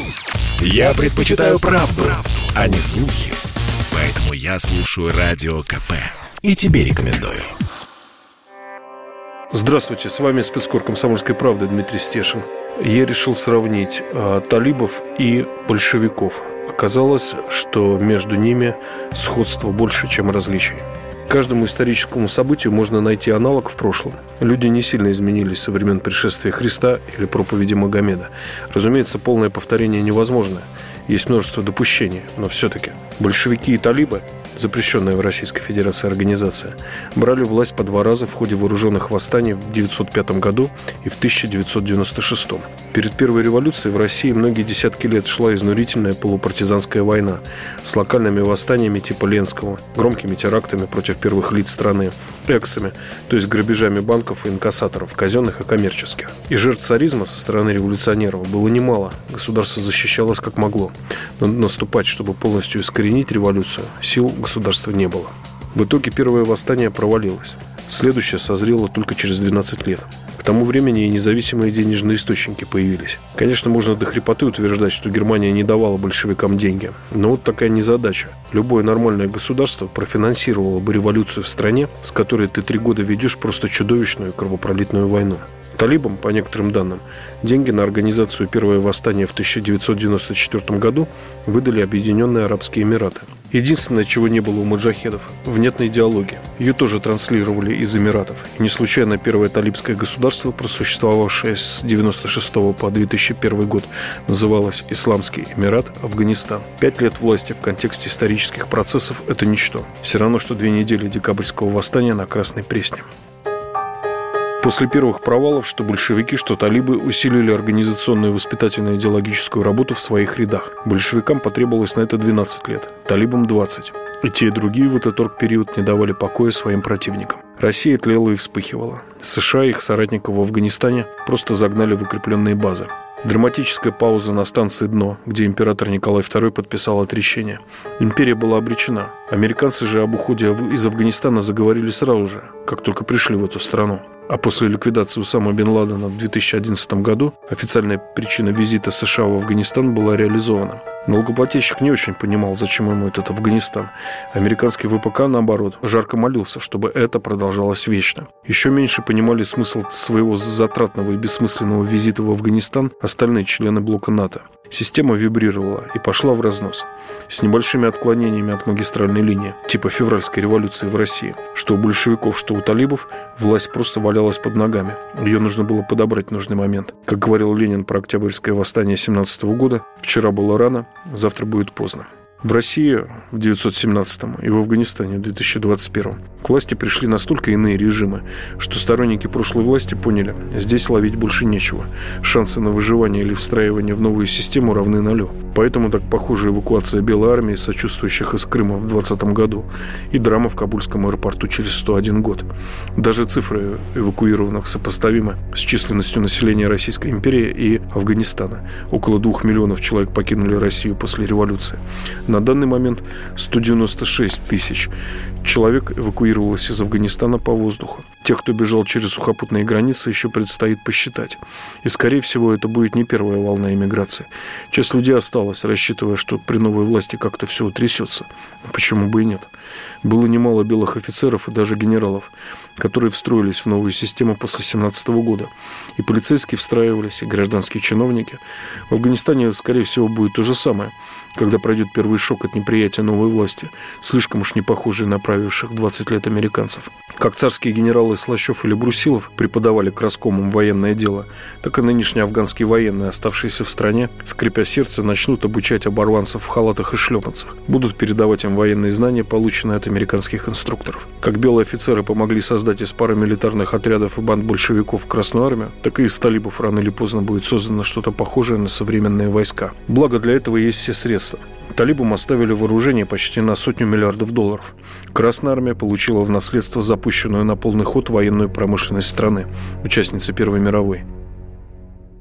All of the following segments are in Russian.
Я предпочитаю правду, а не слухи. Поэтому я слушаю Радио КП. И тебе рекомендую. Здравствуйте, с вами спецкор «Комсомольской правды» Дмитрий Стешин. Я решил сравнить талибов и большевиков. Оказалось, что между ними сходство больше, чем различий. Каждому историческому событию можно найти аналог в прошлом. Люди не сильно изменились со времен пришествия Христа или проповеди Магомеда. Разумеется, полное повторение невозможно. Есть множество допущений, но все-таки большевики и талибы, запрещенная в Российской Федерации организация, брали власть по 2 раза в ходе вооруженных восстаний в 1905 году и в 1996. Перед Первой революцией в России многие десятки лет шла изнурительная полупартизанская война с локальными восстаниями типа Ленского, громкими терактами против первых лиц страны, эксами, то есть грабежами банков и инкассаторов, казенных и коммерческих. И жертв царизма со стороны революционеров было немало, государство защищалось как могло. Но наступать, чтобы полностью искоренить революцию, сил государства не было. В итоге первое восстание провалилось. Следующее созрело только через 12 лет. К тому времени и независимые денежные источники появились. Конечно, можно до хрипоты утверждать, что Германия не давала большевикам деньги. Но вот такая незадача. Любое нормальное государство профинансировало бы революцию в стране, с которой ты 3 года ведешь просто чудовищную кровопролитную войну. Талибам, по некоторым данным, деньги на организацию первого восстания в 1994 году выдали Объединенные Арабские Эмираты. Единственное, чего не было у маджахедов – внятной идеологии. Ее тоже транслировали из Эмиратов. И не случайно первое талибское государство, просуществовавшее с 1996 по 2001 год, называлось Исламский Эмират Афганистан. 5 лет власти в контексте исторических процессов – это ничто. Все равно, что 2 недели декабрьского восстания на Красной Пресне. После первых провалов, что большевики, что талибы усилили организационную и воспитательную идеологическую работу в своих рядах. Большевикам потребовалось на это 12 лет, талибам 20. И те, и другие в этот оргпериод не давали покоя своим противникам. Россия тлела и вспыхивала. США и их соратников в Афганистане просто загнали в укрепленные базы. Драматическая пауза на станции «Дно», где император Николай II подписал отречение. Империя была обречена. Американцы же об уходе из Афганистана заговорили сразу же, как только пришли в эту страну. А после ликвидации Усама бен Ладена в 2011 году официальная причина визита США в Афганистан была реализована. Налогоплательщик не очень понимал, зачем ему этот Афганистан. Американский ВПК, наоборот, жарко молился, чтобы это продолжалось вечно. Еще меньше понимали смысл своего затратного и бессмысленного визита в Афганистан остальные члены блока НАТО. Система вибрировала и пошла в разнос. С небольшими отклонениями от магистральной линии, типа февральской революции в России. Что у большевиков, что у талибов, власть просто валялась под ногами. Ее нужно было подобрать в нужный момент. Как говорил Ленин про Октябрьское восстание 1917 года, вчера было рано, завтра будет поздно. В России в 1917 и в Афганистане в 2021 к власти пришли настолько иные режимы, что сторонники прошлой власти поняли, здесь ловить больше нечего. Шансы на выживание или встраивание в новую систему равны 0. Поэтому так похожа эвакуация Белой армии, сочувствующих из Крыма в 2020 году, и драма в Кабульском аэропорту через 101 год. Даже цифры эвакуированных сопоставимы с численностью населения Российской империи и Афганистана. Около 2 миллионов человек покинули Россию после революции. На данный момент 196 тысяч человек эвакуировалось из Афганистана по воздуху. Тех, кто бежал через сухопутные границы, еще предстоит посчитать. И, скорее всего, это будет не первая волна эмиграции. Часть людей осталась, рассчитывая, что при новой власти как-то все утрясется. Почему бы и нет? Было немало белых офицеров и даже генералов, которые встроились в новую систему после 1917 года. И полицейские встраивались, и гражданские чиновники. В Афганистане, скорее всего, будет то же самое. Когда пройдет первый шок от неприятия новой власти, слишком уж не похожей на правивших 20 лет американцев. Как царские генералы Слащев или Брусилов преподавали краскомам военное дело, так и нынешние афганские военные, оставшиеся в стране, скрипя сердце, начнут обучать оборванцев в халатах и шлепанцах. Будут передавать им военные знания, полученные от американских инструкторов. Как белые офицеры помогли создать из парамилитарных отрядов и банд большевиков Красную армию, так и из талибов рано или поздно будет создано что-то похожее на современные войска. Благо для этого есть все средства. Талибам оставили вооружение почти на $100 миллиардов. Красная армия получила в наследство запущенную на полный ход военную промышленность страны, участницы Первой мировой.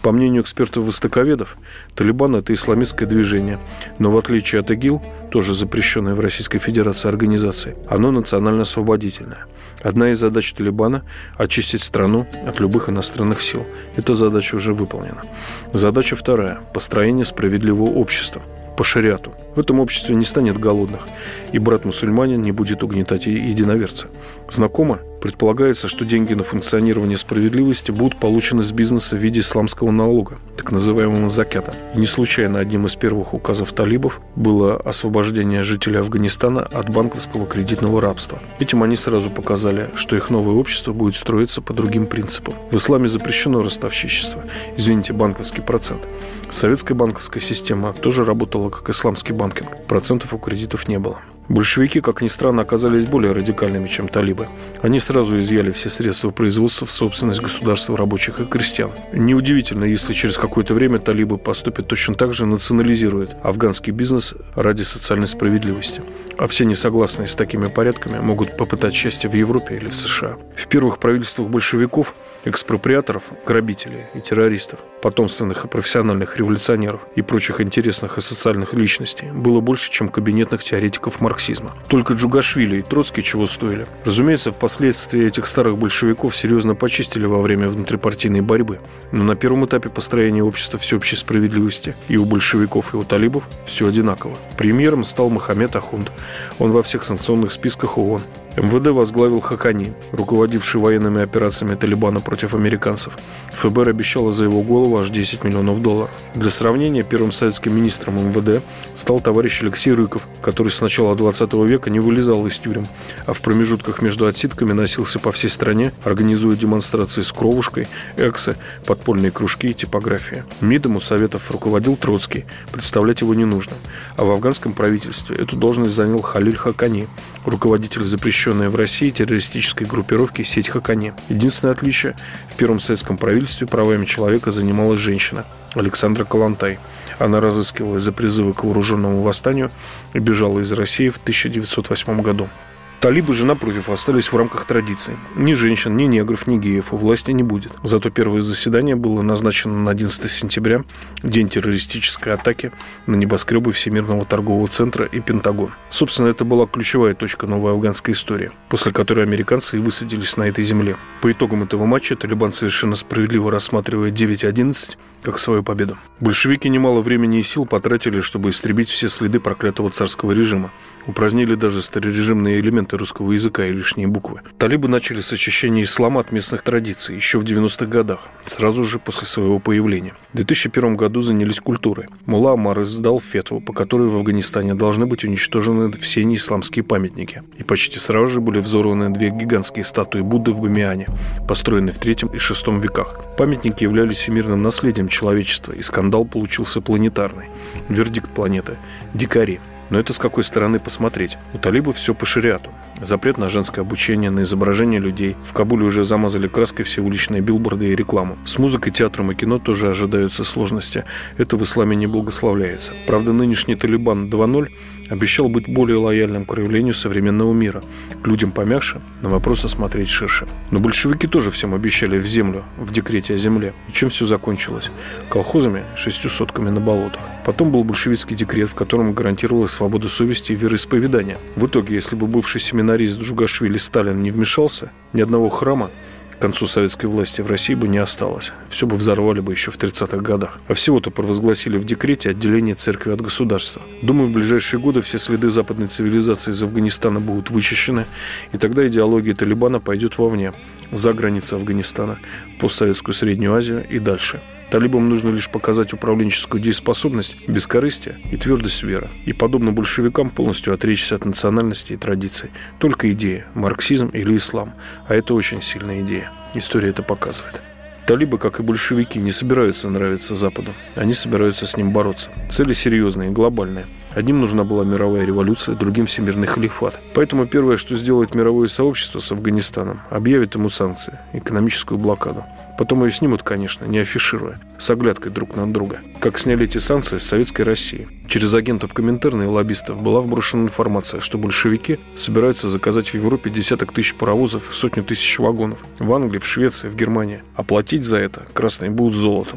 По мнению экспертов-востоковедов, Талибан – это исламистское движение, но в отличие от ИГИЛ, тоже запрещенной в Российской Федерации организации, оно национально-освободительное. Одна из задач Талибана – очистить страну от любых иностранных сил. Эта задача уже выполнена. Задача вторая – построение справедливого общества по шариату. В этом обществе не станет голодных, и брат-мусульманин не будет угнетать единоверца. Знакомо? Предполагается, что деньги на функционирование справедливости будут получены с бизнеса в виде исламского налога, так называемого закята. И не случайно одним из первых указов талибов было освобождение жителей Афганистана от банковского кредитного рабства. Этим они сразу показали, что их новое общество будет строиться по другим принципам. В исламе запрещено ростовщичество, банковский процент. Советская банковская система тоже работала как исламский банкинг. Процентов у кредитов не было. Большевики, как ни странно, оказались более радикальными, чем талибы. Они сразу изъяли все средства производства в собственность государства, рабочих и крестьян. Неудивительно, если через какое-то время талибы поступят точно так же, национализируют афганский бизнес ради социальной справедливости. А все несогласные с такими порядками могут попытать счастье в Европе или в США. В первых правительствах большевиков экспроприаторов, грабителей и террористов, потомственных и профессиональных революционеров и прочих интересных и социальных личностей было больше, чем кабинетных теоретиков марксизма. Только Джугашвили и Троцкий чего стоили. Разумеется, впоследствии этих старых большевиков серьезно почистили во время внутрипартийной борьбы. Но на первом этапе построения общества всеобщей справедливости и у большевиков, и у талибов все одинаково. Премьером стал Мохаммед Ахунд. Он во всех санкционных списках ООН. МВД возглавил Хакани, руководивший военными операциями Талибана против американцев. ФБР обещало за его голову аж $10 миллионов. Для сравнения, первым советским министром МВД стал товарищ Алексей Рыков, который с начала 20 века не вылезал из тюрем, а в промежутках между отсидками носился по всей стране, организуя демонстрации с кровушкой, эксы, подпольные кружки и типография. МИДом у Советов руководил Троцкий, представлять его не нужно. А в афганском правительстве эту должность занял Халиль Хакани, руководитель запрещенной в России террористической группировки «Сеть Хакани». Единственное отличие – в первом советском правительстве правами человека занималась женщина Александра Калантай. Она разыскивалась за призывы к вооруженному восстанию и бежала из России в 1908 году. Талибы же, напротив, остались в рамках традиций. Ни женщин, ни негров, ни геев у власти не будет. Зато первое заседание было назначено на 11 сентября, день террористической атаки на небоскребы Всемирного торгового центра и Пентагон. Собственно, это была ключевая точка новой афганской истории, после которой американцы и высадились на этой земле. По итогам этого матча Талибан совершенно справедливо рассматривает 9/11 как свою победу. Большевики немало времени и сил потратили, чтобы истребить все следы проклятого царского режима. Упразднили даже старорежимные элементы русского языка и лишние буквы. Талибы начали с очищения ислама от местных традиций еще в 90-х годах, сразу же после своего появления. В 2001 году занялись культурой. Мулла Омар издал фетву, по которой в Афганистане должны быть уничтожены все неисламские памятники. И почти сразу же были взорваны 2 гигантские статуи Будды в Бамиане, построенные в 3 и 6 веках. Памятники являлись всемирным наследием человечества, и скандал получился планетарный. Вердикт планеты – дикари. Но это с какой стороны посмотреть. У талибов все по шариату. Запрет на женское обучение, на изображение людей. В Кабуле уже замазали краской все уличные билборды и рекламу. С музыкой, театром и кино тоже ожидаются сложности. Это в исламе не благословляется. Правда, нынешний Талибан 2.0 обещал быть более лояльным к проявлению современного мира. К людям помягче, на вопросы смотреть ширше. Но большевики тоже всем обещали в землю, в декрете о земле. И чем все закончилось? Колхозами, 6 сотками на болотах. Потом был большевистский декрет, в котором гарантировалась свобода совести и вероисповедания. В итоге, если бы бывший семинарист Джугашвили Сталин не вмешался, ни одного храма к концу советской власти в России бы не осталось. Все бы взорвали бы еще в 30-х годах. А всего-то провозгласили в декрете отделение церкви от государства. Думаю, в ближайшие годы все следы западной цивилизации из Афганистана будут вычищены, и тогда идеология Талибана пойдет вовне, за границы Афганистана, постсоветскую Среднюю Азию и дальше. Талибам нужно лишь показать управленческую дееспособность, бескорыстие и твердость веры. И, подобно большевикам, полностью отречься от национальности и традиций. Только идея – марксизм или ислам. А это очень сильная идея. История это показывает. Талибы, как и большевики, не собираются нравиться Западу. Они собираются с ним бороться. Цели серьезные, глобальные. Одним нужна была мировая революция, другим всемирный халифат. Поэтому первое, что сделает мировое сообщество с Афганистаном, объявит ему санкции, экономическую блокаду. Потом ее снимут, конечно, не афишируя, с оглядкой друг на друга. Как сняли эти санкции с Советской России. Через агентов Коминтерна и лоббистов была вброшена информация, что большевики собираются заказать в Европе десяток тысяч паровозов и 100 000 вагонов. В Англии, в Швеции, в Германии. А платить за это красные будут золотом.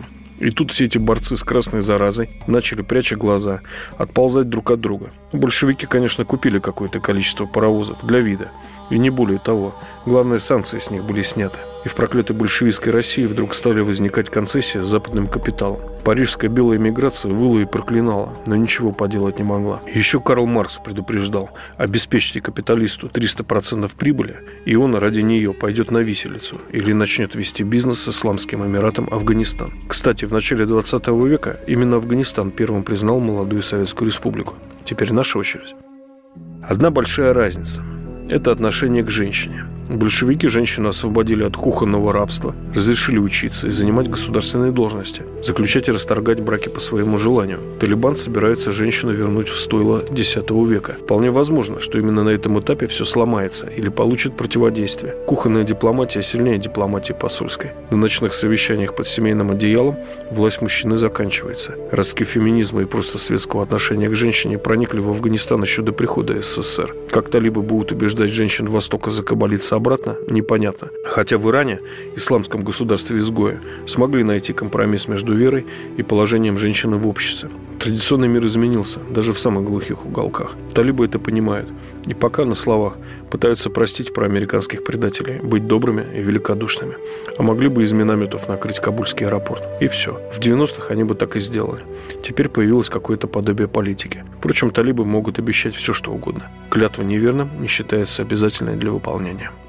И тут все эти борцы с красной заразой начали, пряча глаза, отползать друг от друга. Большевики, конечно, купили какое-то количество паровозов для вида. И не более того. Главное, санкции с них были сняты. И в проклятой большевистской России вдруг стали возникать концессии с западным капиталом. Парижская белая эмиграция выла и проклинала, но ничего поделать не могла. Еще Карл Маркс предупреждал: обеспечьте капиталисту 300% прибыли, и он ради нее пойдет на виселицу или начнет вести бизнес с Исламским Эмиратом Афганистан. Кстати, в начале 20 века именно Афганистан первым признал молодую Советскую Республику. Теперь наша очередь. Одна большая разница – это отношение к женщине. Большевики женщину освободили от кухонного рабства, разрешили учиться и занимать государственные должности, заключать и расторгать браки по своему желанию. Талибан собирается женщину вернуть в стойло X века. Вполне возможно, что именно на этом этапе все сломается или получит противодействие. Кухонная дипломатия сильнее дипломатии посольской. На ночных совещаниях под семейным одеялом власть мужчины заканчивается. Ростки феминизма и просто светского отношения к женщине проникли в Афганистан еще до прихода СССР. Как талибы будут убеждать женщин Востока закабалиться обратно, непонятно. Хотя в Иране, исламском государстве-изгое, смогли найти компромисс между верой и положением женщины в обществе. Традиционный мир изменился, даже в самых глухих уголках. Талибы это понимают. И пока на словах пытаются простить проамериканских предателей, быть добрыми и великодушными. А могли бы из минометов накрыть Кабульский аэропорт. И все. В 90-х они бы так и сделали. Теперь появилось какое-то подобие политики. Впрочем, талибы могут обещать все, что угодно. Клятва неверным не считается обязательной для выполнения.